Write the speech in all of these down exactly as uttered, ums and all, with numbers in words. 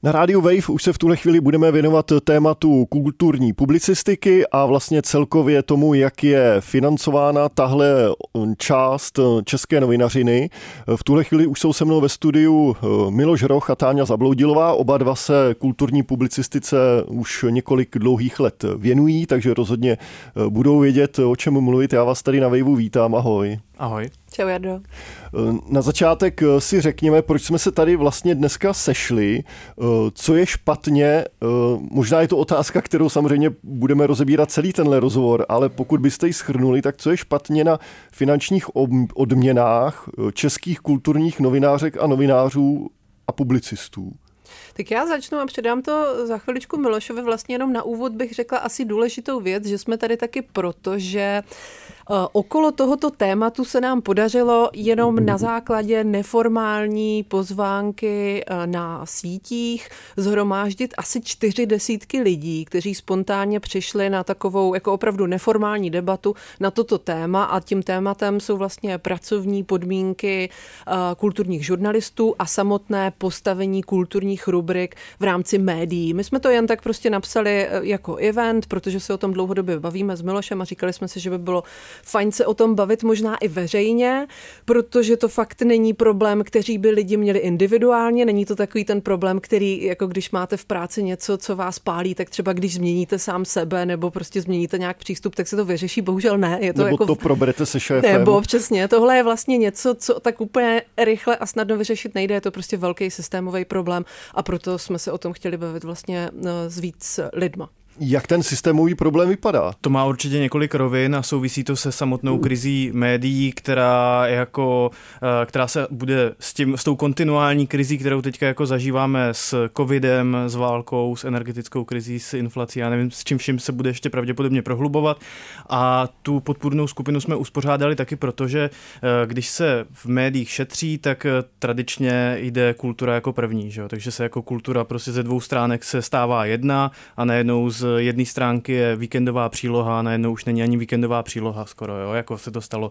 Na rádiu Wave už se v tuhle chvíli budeme věnovat tématu kulturní publicistiky a vlastně celkově tomu, jak je financována tahle část české novinařiny. V tuhle chvíli už jsou se mnou ve studiu Miloš Hroch a Táňa Zabloudilová. Oba dva se kulturní publicistice už několik dlouhých let věnují, takže rozhodně budou vědět, o čem mluvit. Já vás tady na Waveu vítám. Ahoj. Ahoj. Čau, Jardo. Na začátek si řekněme, proč jsme se tady vlastně dneska sešli, co je špatně, možná je to otázka, kterou samozřejmě budeme rozebírat celý tenhle rozhovor, ale pokud byste ji shrnuli, tak co je špatně na finančních odměnách českých kulturních novinářek a novinářů a publicistů? Tak já začnu a předám to za chviličku Milošovi. Vlastně jenom na úvod bych řekla asi důležitou věc, že jsme tady taky proto, že okolo tohoto tématu se nám podařilo jenom na základě neformální pozvánky na sítích zhromáždit asi čtyři desítky lidí, kteří spontánně přišli na takovou jako opravdu neformální debatu na toto téma a tím tématem jsou vlastně pracovní podmínky kulturních žurnalistů a samotné postavení kulturních rubrik v rámci médií. My jsme to jen tak prostě napsali jako event, protože se o tom dlouhodobě bavíme s Milošem a říkali jsme si, že by bylo fajn se o tom bavit možná i veřejně, protože to fakt není problém, který by lidi měli individuálně, není to takový ten problém, který jako když máte v práci něco, co vás pálí, tak třeba když změníte sám sebe nebo prostě změníte nějak přístup, tak se to vyřeší, bohužel ne. Je to nebo jako to proberete se šéfem. Nebo přesně, tohle je vlastně něco, co tak úplně rychle a snadno vyřešit nejde, je to prostě velký systémový problém a proto jsme se o tom chtěli bavit vlastně s víc lidma. Jak ten systémový problém vypadá? To má určitě několik rovin a souvisí to se samotnou krizí médií, která jako, která se bude s tím, s tou kontinuální krizí, kterou teďka jako zažíváme s covidem, s válkou, s energetickou krizí, s inflací, já nevím, s čím vším se bude ještě pravděpodobně prohlubovat. A tu podpůrnou skupinu jsme uspořádali taky proto, že když se v médiích šetří, tak tradičně jde kultura jako první, že jo? Takže se jako kultura prostě ze dvou stránek se stává jedna a najednou z jedné stránky je víkendová příloha, najednou už není ani víkendová příloha skoro, jo, jako se to stalo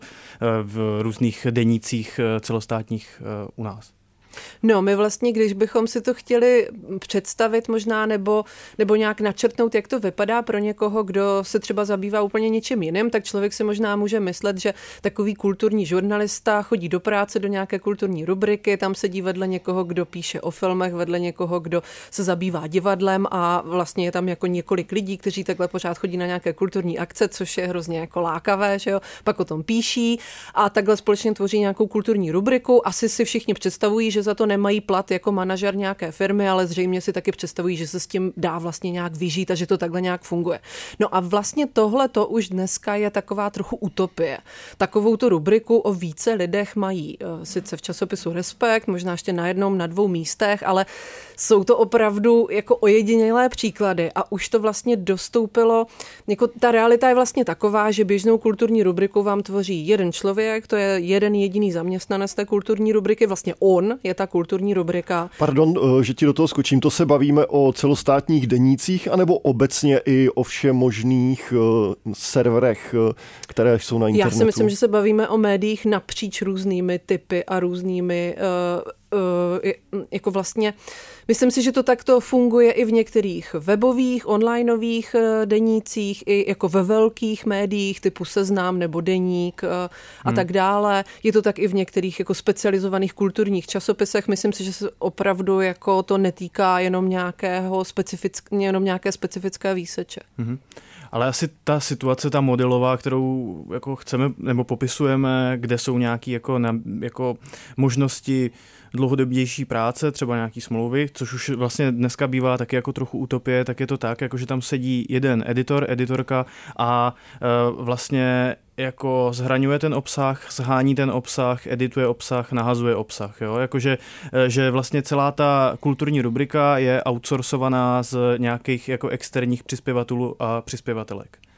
v různých denících celostátních u nás. No, my vlastně, když bychom si to chtěli představit možná nebo, nebo nějak načrtnout, jak to vypadá pro někoho, kdo se třeba zabývá úplně něčím jiným, tak člověk si možná může myslet, že takový kulturní žurnalista chodí do práce, do nějaké kulturní rubriky, tam sedí vedle někoho, kdo píše o filmech, vedle někoho, kdo se zabývá divadlem a vlastně je tam jako několik lidí, kteří takhle pořád chodí na nějaké kulturní akce, což je hrozně jako lákavé, že jo? Pak o tom píší a takhle společně tvoří nějakou kulturní rubriku. Asi si všichni představují, že za to nemají plat jako manažer nějaké firmy, ale zřejmě si taky představují, že se s tím dá vlastně nějak vyžít a že to takhle nějak funguje. No a vlastně tohle to už dneska je taková trochu utopie. Takovou tu rubriku o více lidech mají sice v časopisu Respekt, možná ještě na jednom, na dvou místech, ale jsou to opravdu jako ojedinělé příklady a už to vlastně dostoupilo, jako ta realita je vlastně taková, že běžnou kulturní rubriku vám tvoří jeden člověk, to je jeden jediný zaměstnanec té kulturní rubriky, vlastně on je ta kulturní rubrika. Pardon, že ti do toho skočím, to se bavíme o celostátních denících anebo obecně i o všemožných uh, serverech, uh, které jsou na internetu? Já si myslím, že se bavíme o médiích napříč různými typy a různými uh, uh, jako vlastně myslím si, že to takto funguje i v některých webových, onlineových denících, i jako ve velkých médiích typu Seznam nebo Deník a hmm. tak dále. Je to tak i v některých jako specializovaných kulturních časopisech. Myslím si, že se opravdu jako to netýká jenom nějakého specifick, jenom nějaké specifické výseče. Hmm. Ale asi ta situace, ta modelová, kterou jako chceme nebo popisujeme, kde jsou nějaké jako, jako možnosti dlouhodobější práce, třeba nějaký smlouvy, což už vlastně dneska bývá taky jako trochu utopie, tak je to tak, jako že tam sedí jeden editor, editorka a e, vlastně jako zhraňuje ten obsah, shání ten obsah, edituje obsah, nahazuje obsah. Jo? Jakože, že vlastně celá ta kulturní rubrika je outsourcovaná z nějakých jako externích přispěvatelů a přispěvatelek.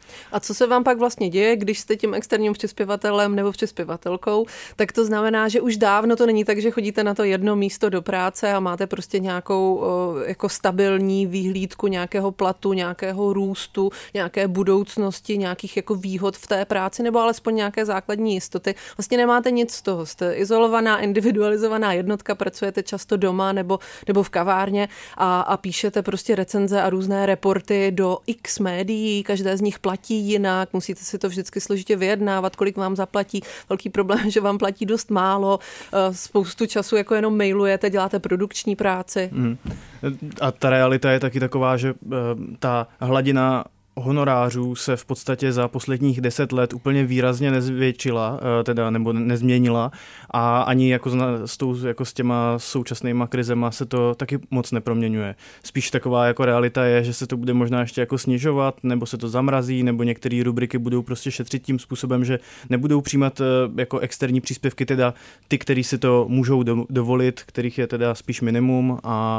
A co se vám pak vlastně děje, když jste tím externím přispěvatelem nebo přispěvatelkou, tak to znamená, že už dávno to není tak, že chodíte na to jedno místo do práce a máte prostě nějakou jako stabilní výhlídku nějakého platu, nějakého růstu, nějaké budoucnosti, nějakých jako výhod v té práci nebo alespoň nějaké základní jistoty. Vlastně nemáte nic z toho. Jste izolovaná, individualizovaná jednotka, pracujete často doma nebo, nebo v kavárně a, a píšete prostě recenze a různé reporty do x médií, každé z nich platí jinak, musíte si to vždycky složitě vyjednávat, kolik vám zaplatí. Velký problém, že vám platí dost málo, spoustu času jako jenom mailujete, děláte produkční práci. Hmm. A ta realita je taky taková, že ta hladina honorářů se v podstatě za posledních deset let úplně výrazně nezvětšila, teda nebo nezměnila a ani jako s, tou, jako s těma současnýma krizema se to taky moc neproměňuje. Spíš taková jako realita je, že se to bude možná ještě jako snižovat, nebo se to zamrazí, nebo některé rubriky budou prostě šetřit tím způsobem, že nebudou přijímat jako externí příspěvky, teda ty, kteří si to můžou dovolit, kterých je teda spíš minimum a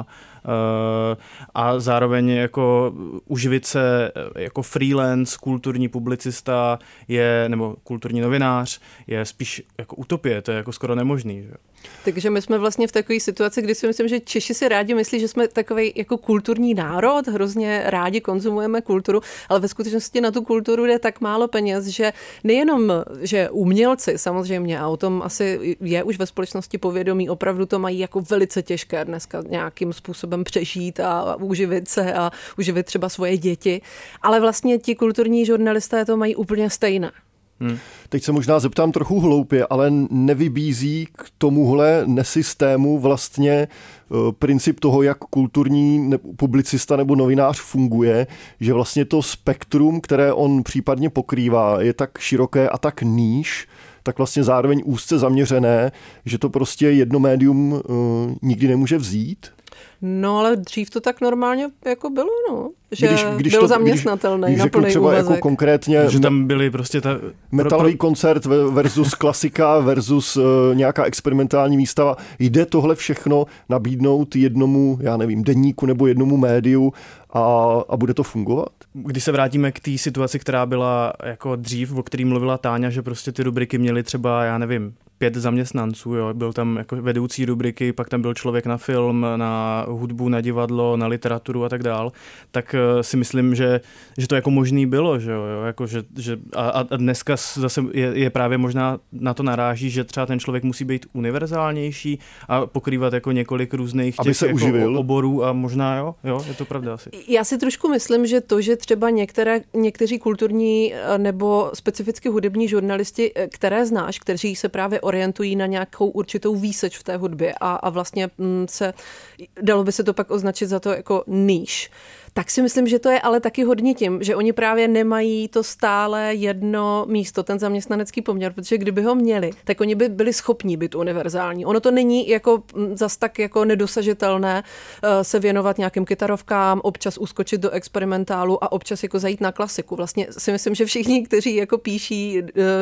a zároveň jako uživit se jako freelance, kulturní publicista je, nebo kulturní novinář je spíš jako utopie, to je jako skoro nemožný. Že? Takže my jsme vlastně v takové situaci, kdy si myslím, že Češi si rádi myslí, že jsme takový jako kulturní národ, hrozně rádi konzumujeme kulturu, ale ve skutečnosti na tu kulturu jde tak málo peněz, že nejenom, že umělci samozřejmě, a o tom asi je už ve společnosti povědomí, opravdu to mají jako velice těžké dneska nějakým způsobem přežít a uživit se a uživit třeba svoje děti, ale vlastně ti kulturní žurnalisté to mají úplně stejné. Hmm. Teď se možná zeptám trochu hloupě, ale nevybízí k tomuhle nesystému vlastně uh, princip toho, jak kulturní ne- publicista nebo novinář funguje, že vlastně to spektrum, které on případně pokrývá, je tak široké a tak níž, tak vlastně zároveň úzce zaměřené, že to prostě jedno médium uh, nikdy nemůže vzít? No, ale dřív to tak normálně jako bylo, no. Že když, když byl to, zaměstnatelný když, když na plný třeba úvazek. Jako konkrétně, že tam byly prostě ta... metalový pro... koncert versus klasika versus uh, nějaká experimentální výstava. Jde tohle všechno nabídnout jednomu, já nevím, deníku nebo jednomu médiu a, a bude to fungovat? Když se vrátíme k té situaci, která byla jako dřív, o který mluvila Táňa, že prostě ty rubriky měly třeba, já nevím, pět zaměstnanců, jo. Byl tam jako vedoucí rubriky, pak tam byl člověk na film, na hudbu, na divadlo, na literaturu a tak dál, tak uh, si myslím, že, že to jako možný bylo, že jo, jako, že, že a, a dneska zase je, je právě možná na to naráží, že třeba ten člověk musí být univerzálnější a pokrývat jako několik různých aby těch se jako uživil. Oborů a možná jo, jo, je to pravda asi. Já si trošku myslím, že to, že třeba některé, někteří kulturní nebo specificky hudební žurnalisti, které znáš, kteří se právě orientují na nějakou určitou výseč v té hudbě a, a vlastně se, dalo by se to pak označit za to jako níž, tak si myslím, že to je ale taky hodně tím, že oni právě nemají to stále jedno místo, ten zaměstnanecký poměr, protože kdyby ho měli, tak oni by byli schopní být univerzální. Ono to není jako zas tak jako nedosažitelné se věnovat nějakým kytarovkám, občas uskočit do experimentálu a občas jako zajít na klasiku. Vlastně si myslím, že všichni, kteří jako píší,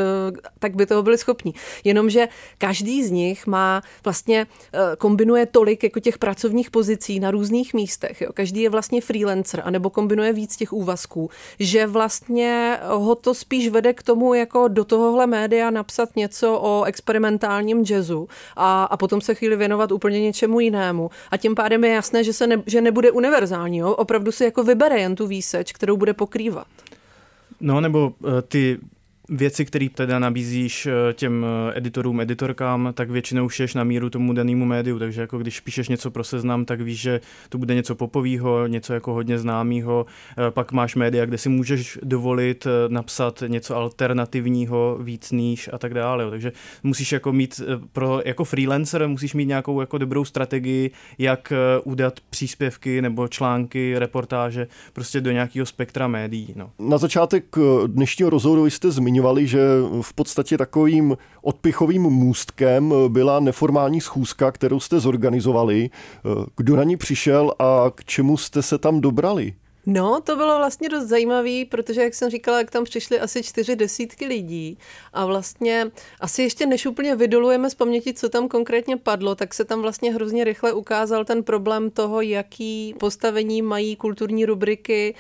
tak by toho byli schopní. Jenomže každý z nich má vlastně kombinuje tolik jako těch pracovních pozicí na různých místech. Jo. Každý je vlastně freelance a nebo kombinuje víc těch úvazků, že vlastně ho to spíš vede k tomu, jako do tohohle média napsat něco o experimentálním jazzu a, a potom se chvíli věnovat úplně něčemu jinému. A tím pádem je jasné, že, se ne, že nebude univerzální. Jo? Opravdu si jako vybere jen tu výseč, kterou bude pokrývat. No nebo uh, ty věci, které teda nabízíš těm editorům, editorkám, tak většinou šiješ na míru tomu danému médiu, takže jako když píšeš něco pro Seznam, tak víš, že to bude něco popovýho, něco jako hodně známýho, pak máš média, kde si můžeš dovolit napsat něco alternativního, víc níž a tak dále, takže musíš jako mít pro, jako freelancer musíš mít nějakou jako dobrou strategii, jak udat příspěvky nebo články, reportáže prostě do nějakého spektra médií. No. Na začátek dnešního rozhovoru jste zmínili, že v podstatě takovým odpichovým můstkem byla neformální schůzka, kterou jste zorganizovali. Kdo na ní přišel a k čemu jste se tam dobrali? No, to bylo vlastně dost zajímavý, protože, jak jsem říkala, jak tam přišly asi čtyři desítky lidí a vlastně asi ještě než úplně vydolujeme z paměti, co tam konkrétně padlo, tak se tam vlastně hrozně rychle ukázal ten problém toho, jaký postavení mají kulturní rubriky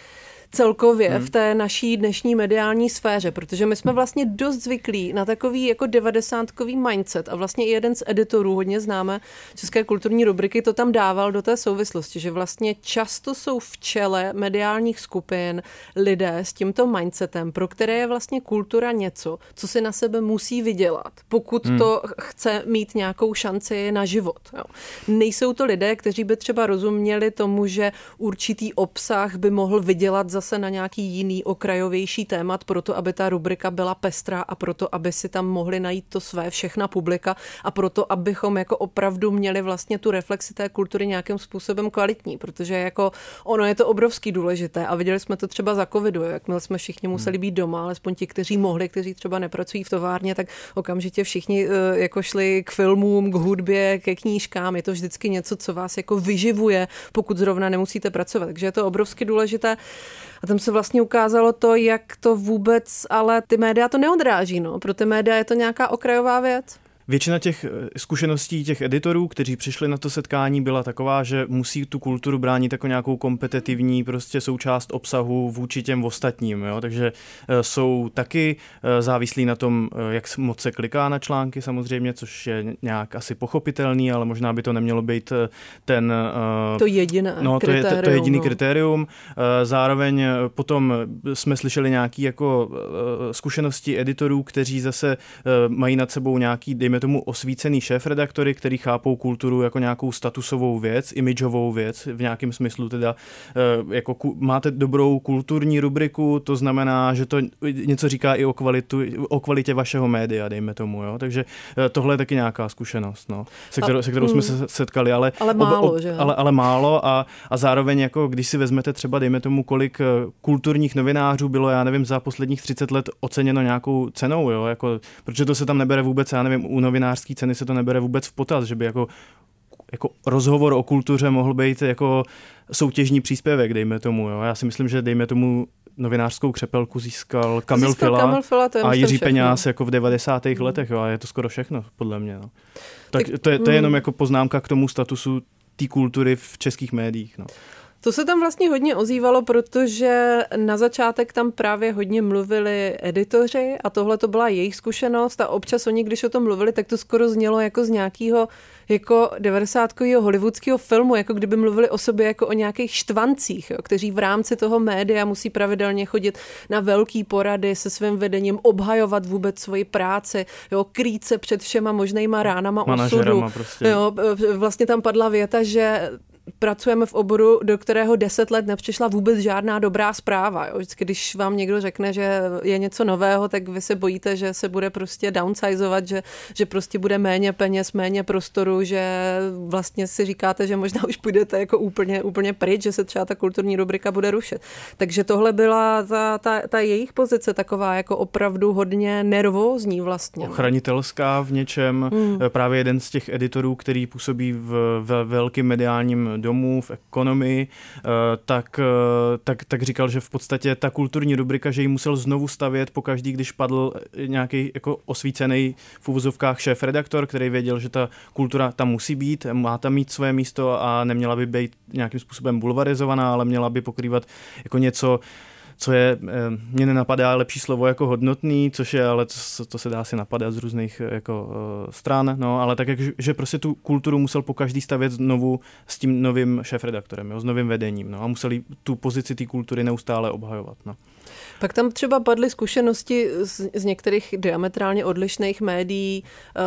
celkově hmm. v té naší dnešní mediální sféře, protože my jsme vlastně dost zvyklí na takový jako devadesátkový mindset a vlastně i jeden z editorů, hodně známe české kulturní rubriky, to tam dával do té souvislosti, že vlastně často jsou v čele mediálních skupin lidé s tímto mindsetem, pro které je vlastně kultura něco, co si na sebe musí vydělat, pokud hmm. to chce mít nějakou šanci na život. Jo. Nejsou to lidé, kteří by třeba rozuměli tomu, že určitý obsah by mohl vydělat zase na nějaký jiný okrajovější témat, proto aby ta rubrika byla pestrá a proto, aby si tam mohli najít to své všechna publika a proto, abychom jako opravdu měli vlastně tu reflexi té kultury nějakým způsobem kvalitní, protože jako ono je to obrovský důležité a viděli jsme to třeba za covidu, jakmile jsme všichni museli být doma, alespoň ti, kteří mohli, kteří třeba nepracují v továrně, tak okamžitě všichni jako šli k filmům, k hudbě, ke knížkám, je to vždycky něco, co vás jako vyživuje, pokud zrovna nemusíte pracovat, takže je to obrovsky důležité. A tam se vlastně ukázalo to, jak to vůbec, ale ty média to neodráží, no. Pro ty média je to nějaká okrajová věc. Většina těch zkušeností těch editorů, kteří přišli na to setkání, byla taková, že musí tu kulturu bránit jako nějakou kompetitivní prostě součást obsahu vůči těm ostatním. Jo? Takže jsou taky závislí na tom, jak moc se kliká na články samozřejmě, což je nějak asi pochopitelný, ale možná by to nemělo být ten... To jediné no, to kritérium. Je to jediný no. kritérium. Zároveň potom jsme slyšeli nějaké jako zkušenosti editorů, kteří zase mají nad sebou nějaký, dejme tomu osvícený šéfredaktory, který chápou kulturu jako nějakou statusovou věc, imidžovou věc, v nějakém smyslu teda jako máte dobrou kulturní rubriku, to znamená, že to něco říká i o, kvalitu, o kvalitě vašeho média, dejme tomu, jo. Takže tohle je taky nějaká zkušenost, no, se kterou, se kterou jsme se setkali, ale, ale málo, ob, ob, že? Ale, ale málo a, a zároveň jako když si vezmete třeba, dejme tomu, kolik kulturních novinářů bylo, já nevím, za posledních třicet let oceněno nějakou cenou, jo, jako, protože to se tam nebere vůbec, já nevím, u novinářské ceny se to nebere vůbec v potaz, že by jako, jako rozhovor o kultuře mohl být jako soutěžní příspěvek, dejme tomu. Jo. Já si myslím, že dejme tomu novinářskou křepelku získal Kamil získal Fila Kamil Fila, a Jiří Peňáz jako v devadesátých mm. letech. Jo, a je to skoro všechno, podle mě. No. Tak, tak to, je, to je jenom jako poznámka k tomu statusu té kultury v českých médiích. No. To se tam vlastně hodně ozývalo, protože na začátek tam právě hodně mluvili editoři a tohle to byla jejich zkušenost a občas oni, když o tom mluvili, tak to skoro znělo jako z nějakého jako devadesátkového hollywoodského filmu, jako kdyby mluvili o sobě jako o nějakých štvancích, jo, kteří v rámci toho média musí pravidelně chodit na velký porady se svým vedením, obhajovat vůbec svoji práci, jo, krýt se před všema možnejma ránama osudu. Prostě. Jo, vlastně tam padla věta, že pracujeme v oboru, do kterého deset let nepřišla vůbec žádná dobrá zpráva. Jo. Vždycky, když vám někdo řekne, že je něco nového, tak vy se bojíte, že se bude prostě downsizovat, že, že prostě bude méně peněz, méně prostoru, že vlastně si říkáte, že možná už půjdete jako úplně, úplně pryč, že se třeba ta kulturní rubrika bude rušit. Takže tohle byla ta, ta, ta jejich pozice taková jako opravdu hodně nervózní vlastně. Ochranitelská v něčem. Hmm. Právě jeden z těch editorů, který působí v, v velkým mediálním domů, v ekonomii, tak, tak, tak říkal, že v podstatě ta kulturní rubrika, že ji musel znovu stavět pokaždý, když padl nějaký jako osvícený v uvozovkách šéf-redaktor, který věděl, že ta kultura tam musí být, má tam mít své místo a neměla by být nějakým způsobem bulvarizovaná, ale měla by pokrývat jako něco, co je, mě nenapadá lepší slovo jako hodnotný, což je, ale to, to se dá si napadat z různých jako stran, no, ale tak, jak, že prostě tu kulturu musel pokaždý stavět znovu s tím novým šéfredaktorem, jo, s novým vedením, no, a museli tu pozici té kultury neustále obhajovat, no. Pak tam třeba padly zkušenosti z, z některých diametrálně odlišných médií,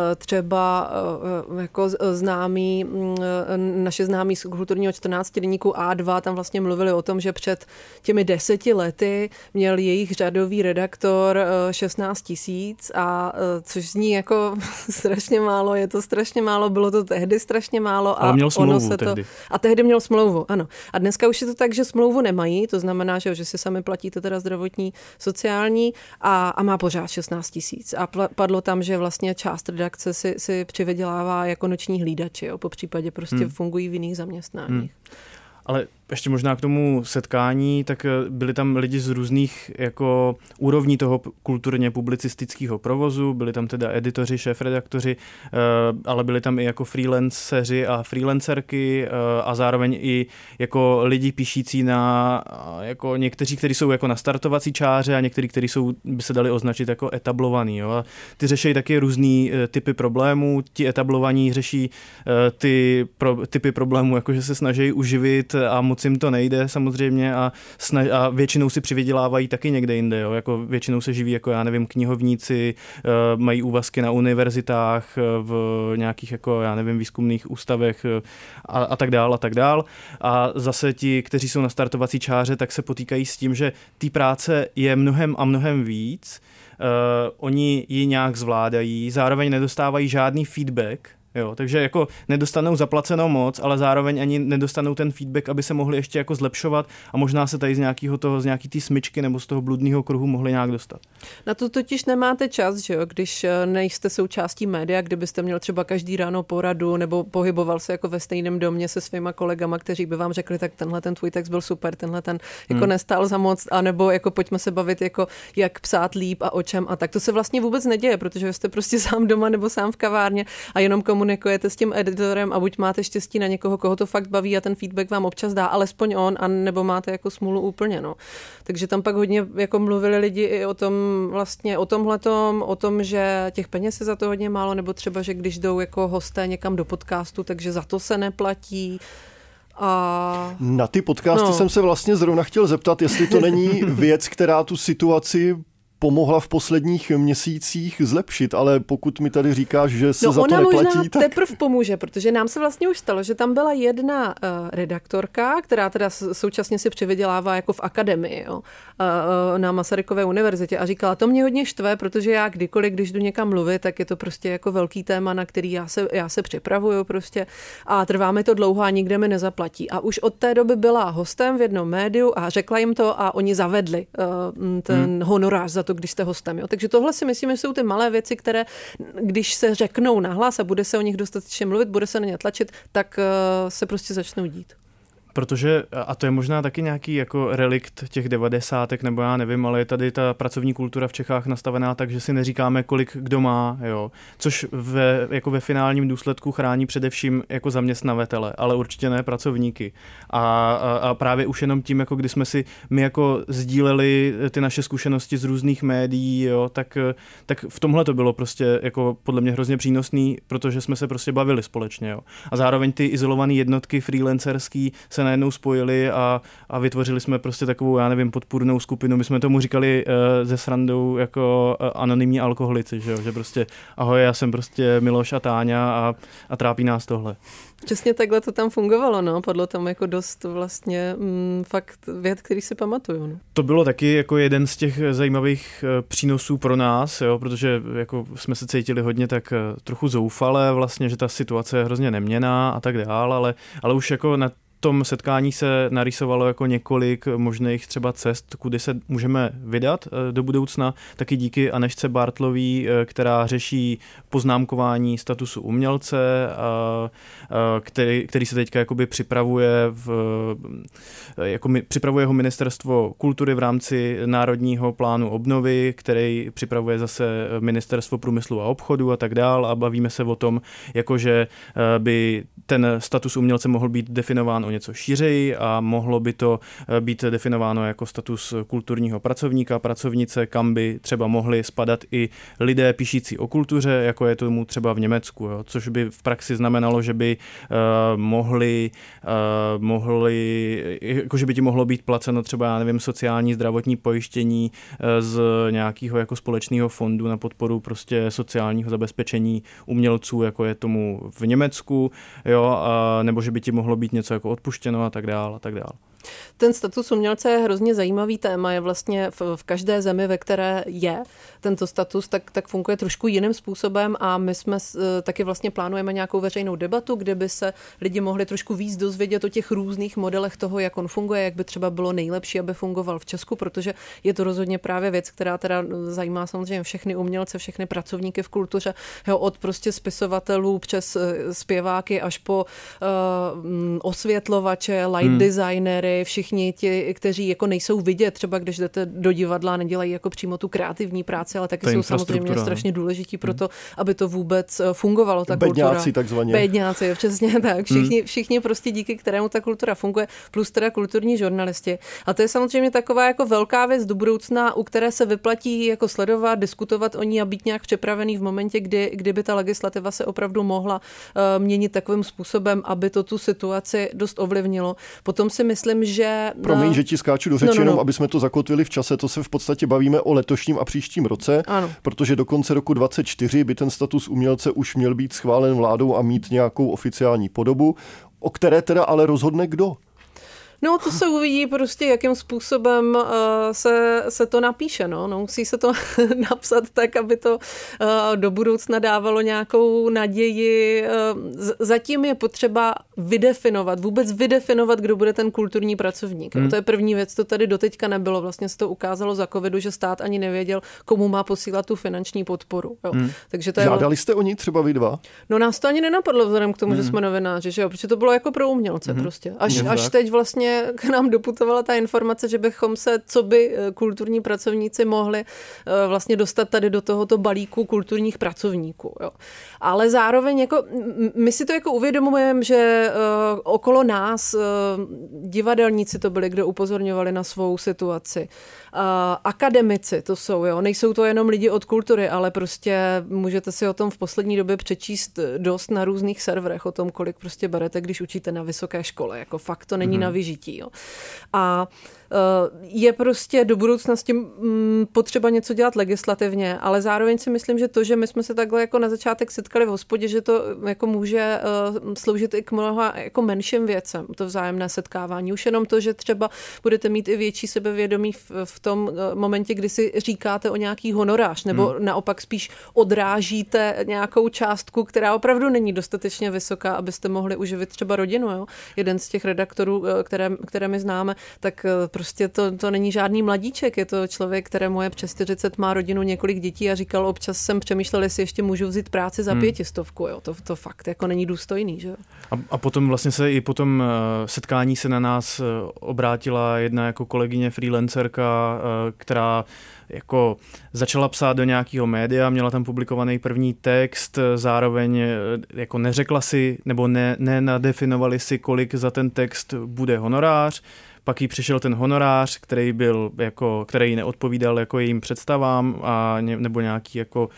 třeba jako známý, naše známí z kulturního čtrnáctidenníku á dva, tam vlastně mluvili o tom, že před těmi deseti lety měl jejich řadový redaktor šestnáct tisíc, a což zní jako strašně málo, je to strašně málo, bylo to tehdy strašně málo. Ale a měl smlouvu ono se tehdy. To, a tehdy měl smlouvu, ano. A dneska už je to tak, že smlouvu nemají, to znamená, že, že si sami platíte teda zdravotní, sociální a, a má pořád šestnáct tisíc. A padlo tam, že vlastně část redakce si, si přivydělává jako noční hlídači, jo, po případě prostě hmm. fungují v jiných zaměstnáních. Hmm. Ale ještě možná k tomu setkání, tak byli tam lidi z různých jako úrovní toho kulturně publicistického provozu, byli tam teda editoři, šéfredaktoři, ale byli tam i jako freelanceři a freelancerky a zároveň i jako lidi píšící na jako někteří, kteří jsou jako na startovací čáře a někteří, kteří jsou, by se dali označit jako etablovaný. Jo. A ty řeší taky různý typy problémů, ti etablovaní řeší ty pro, typy problémů, jakože se snaží uživit a moc jim to nejde samozřejmě a, snaž, a většinou si přivydělávají taky někde jinde. Jo. Jako většinou se živí jako, já nevím, knihovníci, mají úvazky na univerzitách, v nějakých jako, já nevím, výzkumných ústavech a, a tak dál a tak dál. A zase ti, kteří jsou na startovací čáře, tak se potýkají s tím, že té práce je mnohem a mnohem víc. Uh, oni ji nějak zvládají, zároveň nedostávají žádný feedback, jo, takže jako nedostanou zaplaceno moc, ale zároveň ani nedostanou ten feedback, aby se mohli ještě jako zlepšovat a možná se tady z nějakého toho, z nějaký té smyčky nebo z toho bludného kruhu mohli nějak dostat. Na to totiž nemáte čas, že jo, když nejste součástí média, kdybyste měl třeba každý ráno poradu nebo pohyboval se jako ve stejném domě se svýma kolegama, kteří by vám řekli, tak tenhle ten tvůj text byl super, tenhle ten jako hmm. nestál za moc, anebo jako pojďme se bavit jako jak psát líp a o čem a tak. To se vlastně vůbec neděje, protože jste prostě sám doma nebo sám v kavárně a jenom komunikujete s tím editorem a buď máte štěstí na někoho, koho to fakt baví a ten feedback vám občas dá alespoň on, a nebo máte jako smůlu úplně, no. Takže tam pak hodně jako mluvili lidi i o tom vlastně, o tomhletom, o tom, že těch peněz je za to hodně málo, nebo třeba, že když jdou jako hosté někam do podcastu, takže za to se neplatí. A... Na ty podcasty no. jsem se vlastně zrovna chtěl zeptat, jestli to není věc, která tu situaci pomohla v posledních měsících zlepšit, ale pokud mi tady říkáš, že se no za to neplatí, tak... ona možná teprv pomůže, protože nám se vlastně už stalo, že tam byla jedna uh, redaktorka, která teda současně si přivydělává jako v akademii, jo, uh, na Masarykové univerzitě a říkala, to mě hodně štve, protože já kdykoliv, když jdu někam mluvit, tak je to prostě jako velký téma, na který já se, já se připravuju prostě a trvá mi to dlouho a nikde mi nezaplatí. A už od té doby byla hostem v jednom médiu a řekla jim to a oni zavedli uh, ten hmm. honorář za to, když jste hostem. Jo. Takže tohle si myslím, že jsou ty malé věci, které, když se řeknou nahlas a bude se o nich dostatečně mluvit, bude se na ně tlačit, tak uh, se prostě začnou dít. Protože, a to je možná taky nějaký jako relikt těch devadesátek, nebo já nevím, ale je tady ta pracovní kultura v Čechách nastavená tak, že si neříkáme, kolik kdo má, jo. Což ve, jako ve finálním důsledku chrání především jako zaměstnavatele, ale určitě ne pracovníky. A, a, a právě už jenom tím, jako kdy jsme si my jako sdíleli ty naše zkušenosti z různých médií, jo, tak, tak v tomhle to bylo prostě jako podle mě hrozně přínosný, protože jsme se prostě bavili společně, jo. A zároveň ty izolované jednotky freelancerský se najednou spojili a, a vytvořili jsme prostě takovou, já nevím, podpůrnou skupinu. My jsme tomu říkali uh, ze srandou jako uh, anonymní alkoholici, že jo? Že prostě ahoj, já jsem prostě Miloš a Táňa a, a trápí nás tohle. Přesně takhle to tam fungovalo, no. Padlo tam jako dost vlastně mm, fakt věd, který si pamatuju. No. To bylo taky jako jeden z těch zajímavých uh, přínosů pro nás, jo? Protože jako jsme se cítili hodně tak uh, trochu zoufale vlastně, že ta situace je hrozně neměnná a tak dál, ale, ale už jako na v tom setkání se narýsovalo jako několik možných třeba cest, kudy se můžeme vydat do budoucna, taky díky Anežce Bartlový, která řeší poznámkování statusu umělce, který, který se teďka jakoby připravuje v, jako připravuje ho Ministerstvo kultury v rámci Národního plánu obnovy, který připravuje zase Ministerstvo průmyslu a obchodu a tak dál a bavíme se o tom, jakože by ten status umělce mohl být definován o něco šířeji a mohlo by to být definováno jako status kulturního pracovníka, pracovnice, kam by třeba mohli spadat i lidé píšící o kultuře, jako je tomu třeba v Německu, jo, což by v praxi znamenalo, že by uh, mohli, uh, mohli jakože by ti mohlo být placeno třeba, já nevím, sociální zdravotní pojištění uh, z nějakého jako společného fondu na podporu prostě sociálního zabezpečení umělců, jako je tomu v Německu, jo, a, nebo že by ti mohlo být něco jako odpuštěno a tak dál a tak dál. ten status umělce je hrozně zajímavý téma, je vlastně v, v každé zemi, ve které je tento status, tak, tak funguje trošku jiným způsobem a my jsme taky vlastně plánujeme nějakou veřejnou debatu, kde by se lidi mohli trošku víc dozvědět o těch různých modelech toho, jak on funguje, jak by třeba bylo nejlepší, aby fungoval v Česku, protože je to rozhodně právě věc, která teda zajímá samozřejmě všechny umělce, všechny pracovníky v kultuře, jo, od prostě spisovatelů přes zpěváky až po uh, osvětlovače, light hmm. designery, všichni ti, kteří jako nejsou vidět, třeba když jdete do divadla, nedělají jako přímo tu kreativní práci, ale taky jsou samozřejmě strašně důležití pro to, aby to vůbec fungovalo, ta Bedňáci kultura. takzvaně. Bedňáci, přesně tak. Všichni, všichni prostě díky kterému ta kultura funguje, plus teda kulturní žurnalisti. A to je samozřejmě taková jako velká věc do budoucna, u které se vyplatí jako sledovat, diskutovat o ní a být nějak připravený v momentě, kdy, kdyby ta legislativa se opravdu mohla uh, měnit takovým způsobem, aby to tu situaci dost ovlivnilo. Potom si myslím, že... Promiň, že ti skáču do řeči, no, no, no. jenom aby jsme to zakotvili v čase, to se v podstatě bavíme o letošním a příštím roce, ano. protože do konce roku dvacet čtyři by ten status umělce už měl být schválen vládou a mít nějakou oficiální podobu, o které teda ale rozhodne kdo? No, to se uvidí prostě, jakým způsobem uh, se, se to napíše. No. No, musí se to napsat tak, aby to uh, do budoucna dávalo nějakou naději. Uh, zatím je potřeba vydefinovat, vůbec vydefinovat, kdo bude ten kulturní pracovník. Hmm. To je první věc, to tady doteďka nebylo. Vlastně se to ukázalo za covidu, že stát ani nevěděl, komu má posílat tu finanční podporu. Jo. Hmm. Takže to je... Žádali jste o ní třeba vy dva? No nás to ani nenapadlo vzhledem k tomu, hmm. že jsme novináři, že jo? Protože to bylo jako pro umělce hmm. prostě. Až, až teď vlastně k nám doputovala ta informace, že bychom se, co by kulturní pracovníci mohli vlastně dostat tady do tohoto balíku kulturních pracovníků. Jo. Ale zároveň jako, my si to jako uvědomujeme, že uh, okolo nás uh, divadelníci to byli, kdo upozorňovali na svou situaci. Uh, akademici to jsou, jo. Nejsou to jenom lidi od kultury, ale prostě můžete si o tom v poslední době přečíst dost na různých serverech, o tom, kolik prostě berete, když učíte na vysoké škole. Jako fakt to není mm-hmm. na vyžití. Jo. A je prostě do budoucna s tím potřeba něco dělat legislativně, ale zároveň si myslím, že to, že my jsme se takhle jako na začátek setkali v hospodě, že to jako může sloužit i k mnoha jako menším věcem, to vzájemné setkávání. Už jenom to, že třeba budete mít i větší sebevědomí v, v tom momentě, kdy si říkáte o nějaký honorář, nebo hmm. naopak spíš odrážíte nějakou částku, která opravdu není dostatečně vysoká, abyste mohli uživit třeba rodinu. Jo? Jeden z těch redaktorů, které, které my známe, tak prostě to, to není žádný mladíček, je to člověk, kterému je přes čtyřicet, má rodinu, několik dětí a říkal, občas jsem přemýšlel, jestli ještě můžu vzít práci za hmm. pětistovku. Jo. To, to fakt jako není důstojný. Že? A, a potom vlastně se i po tom setkání se na nás obrátila jedna jako kolegyně freelancerka, která jako začala psát do nějakého média, měla tam publikovaný první text, zároveň jako neřekla si, nebo ne, nenadefinovali si, kolik za ten text bude honorář. Pak jí přišel ten honorář, který byl jako, který neodpovídal jako jejím představám a ně, nebo nějaký jako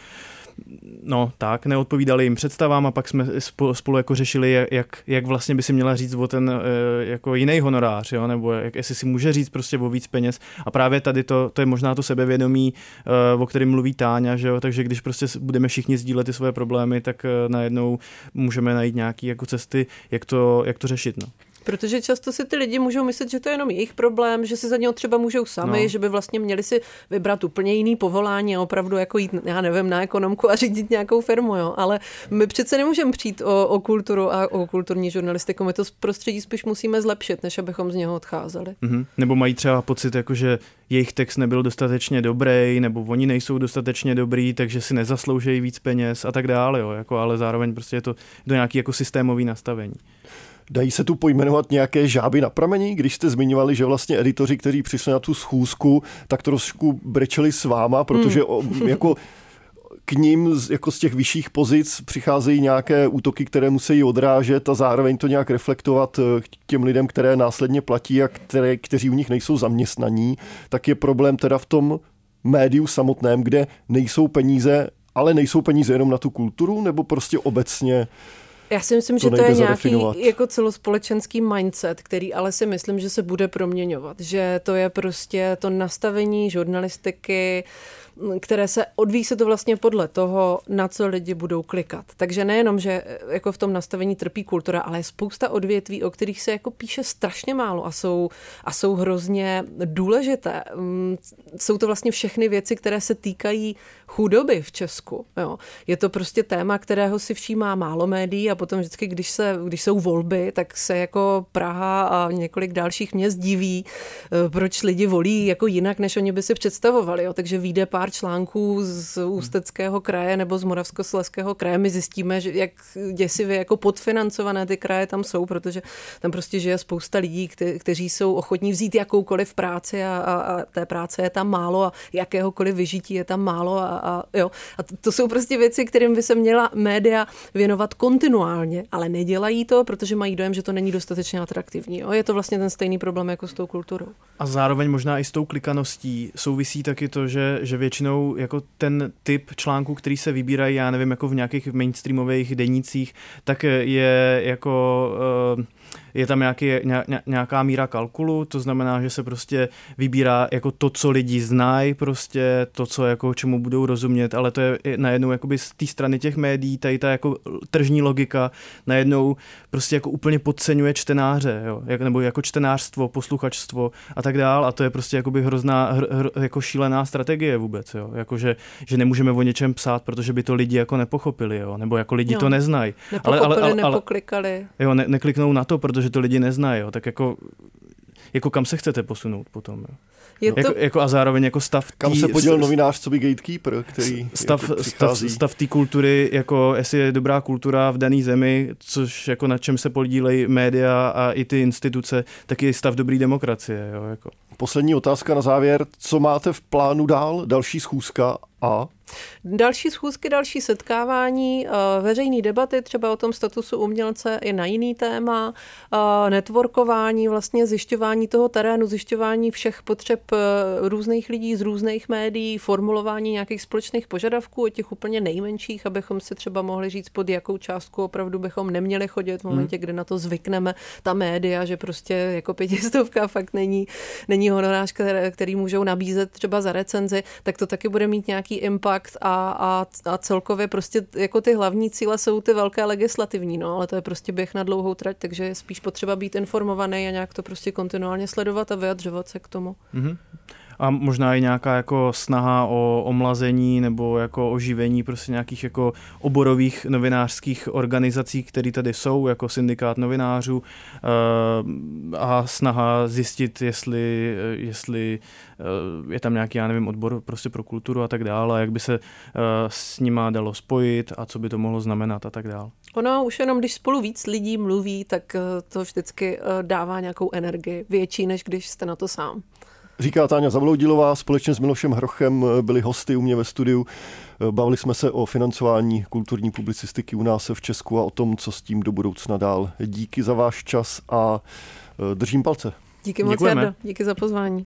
no tak, neodpovídali jim představám a pak jsme spolu, spolu jako řešili, jak, jak vlastně by si měla říct o ten jako jiný honorář, jo? Nebo jak, jestli si může říct prostě o víc peněz. A právě tady to, to je možná to sebevědomí, o kterém mluví Táňa, že jo? Takže když prostě budeme všichni sdílet ty svoje problémy, tak najednou můžeme najít nějaké jako cesty, jak to, jak to řešit. No. Protože často si ty lidi můžou myslet, že to je jenom jejich problém, že si za něho třeba můžou sami, no. že by vlastně měli si vybrat úplně jiný povolání a opravdu jako jít, já nevím, na ekonomku a řídit nějakou firmu, jo. Ale my přece nemůžeme přijít o, o kulturu a o kulturní žurnalistiku. My to prostředí spíš musíme zlepšit, než abychom z něho odcházeli. Mm-hmm. Nebo mají třeba pocit, jako, že jejich text nebyl dostatečně dobrý, nebo oni nejsou dostatečně dobrý, takže si nezasloužejí víc peněz a tak dále, jo. Jako, ale zároveň prostě je to do nějaký jako systémový nastavení. Dají se tu pojmenovat nějaké žáby na prameni, když jste zmiňovali, že vlastně editoři, kteří přišli na tu schůzku, tak trošku brečeli s váma, protože mm. jako k ním jako z těch vyšších pozic přicházejí nějaké útoky, které musí odrážet a zároveň to nějak reflektovat těm lidem, které následně platí a které, kteří u nich nejsou zaměstnaní, tak je problém teda v tom médiu samotném, kde nejsou peníze, ale nejsou peníze jenom na tu kulturu, nebo prostě obecně? Já si myslím, to že to je nějaký jako celospolečenský mindset, který ale si myslím, že se bude proměňovat. Že to je prostě to nastavení žurnalistiky, které se odvíjí se to vlastně podle toho, na co lidi budou klikat. Takže nejenom, že jako v tom nastavení trpí kultura, ale je spousta odvětví, o kterých se jako píše strašně málo a jsou, a jsou hrozně důležité. Jsou to vlastně všechny věci, které se týkají chudoby v Česku. Jo. Je to prostě téma, kterého si všímá málo médií a potom vždycky, když, se, když jsou volby, tak se jako Praha a několik dalších měst diví, proč lidi volí jako jinak, než oni by si představovali. Jo. Takže vyjde pár článků z Ústeckého kraje nebo z Moravskoslezského kraje, my zjistíme, že jak děsivě jako podfinancované ty kraje tam jsou, protože tam prostě žije spousta lidí, kte- kteří jsou ochotní vzít jakoukoliv práci a, a, a té práce je tam málo a jakéhokoliv vyžití je tam málo a, a jo. A to, to jsou prostě věci, kterým by se měla média věnovat kontinuálně, ale nedělají to, protože mají dojem, že to není dostatečně atraktivní. Jo. Je to vlastně ten stejný problém jako s tou kulturou. A zároveň možná i s tou klikaností souvisí taky to, že, že většinou jako ten typ článků, který se vybírají, já nevím, jako v nějakých mainstreamových denících, tak je jako uh, je tam nějaký, nějaká míra kalkulu, to znamená, že se prostě vybírá jako to, co lidi znají, prostě to, co jako čemu budou rozumět, ale to je najednou jakoby z té strany těch médií, tady ta jako tržní logika najednou prostě jako úplně podceňuje čtenáře, jo? Nebo jako čtenářstvo, posluchačstvo a tak dál a to je prostě jakoby hrozná, hr, hr, jako šílená strategie vůbec, jo? Jako, že, že nemůžeme o něčem psát, protože by to lidi jako nepochopili, jo? Nebo jako lidi jo. to neznají. Nepochopili, ale, ale, ale, nepoklikali. Jo, ne, nekliknou na to, protože to lidi neznají, jo? Tak jako, jako kam se chcete posunout potom, jo? Je to... jako, jako a zároveň jako stav... Kam tý, se poděl novinář, co by gatekeeper, který stav, jako stav, stav té kultury, jako jestli je dobrá kultura v dané zemi, což jako na čem se podílejí média a i ty instituce, tak je stav dobrý demokracie. Jo, jako. Poslední otázka na závěr. Co máte v plánu dál? Další schůzka a... Další schůzky, další setkávání, veřejné debaty třeba o tom statusu umělce i na jiný téma, networkování, vlastně zjišťování toho terénu, zjišťování všech potřeb různých lidí z různých médií, formulování nějakých společných požadavků, od těch úplně nejmenších, abychom si třeba mohli říct, pod jakou částku opravdu bychom neměli chodit v momentě, kdy na to zvykneme ta média, že prostě jako pětistovka fakt není, není honorář, který, který můžou nabízet třeba za recenzi, tak to taky bude mít nějaký impact. A, a, a celkově prostě jako ty hlavní cíle jsou ty velké legislativní, no, ale to je prostě běh na dlouhou trať, takže je spíš potřeba být informovaný a nějak to prostě kontinuálně sledovat a vyjadřovat se k tomu. Mm-hmm. A možná i nějaká jako snaha o omlazení nebo jako oživení prostě nějakých jako oborových novinářských organizací, které tady jsou, jako syndikát novinářů a snaha zjistit, jestli, jestli je tam nějaký, já nevím, odbor prostě pro kulturu a tak dále, jak by se s nima dalo spojit a co by to mohlo znamenat a tak dále. Ono už jenom, když spolu víc lidí mluví, tak to vždycky dává nějakou energii, větší, než když jste na to sám. Říká Táňa Zavloudilová, společně s Milošem Hrochem byli hosty u mě ve studiu. Bavili jsme se o financování kulturní publicistiky u nás v Česku a o tom, co s tím do budoucna dál. Díky za váš čas a držím palce. Díky moc, Jardo. Díky za pozvání.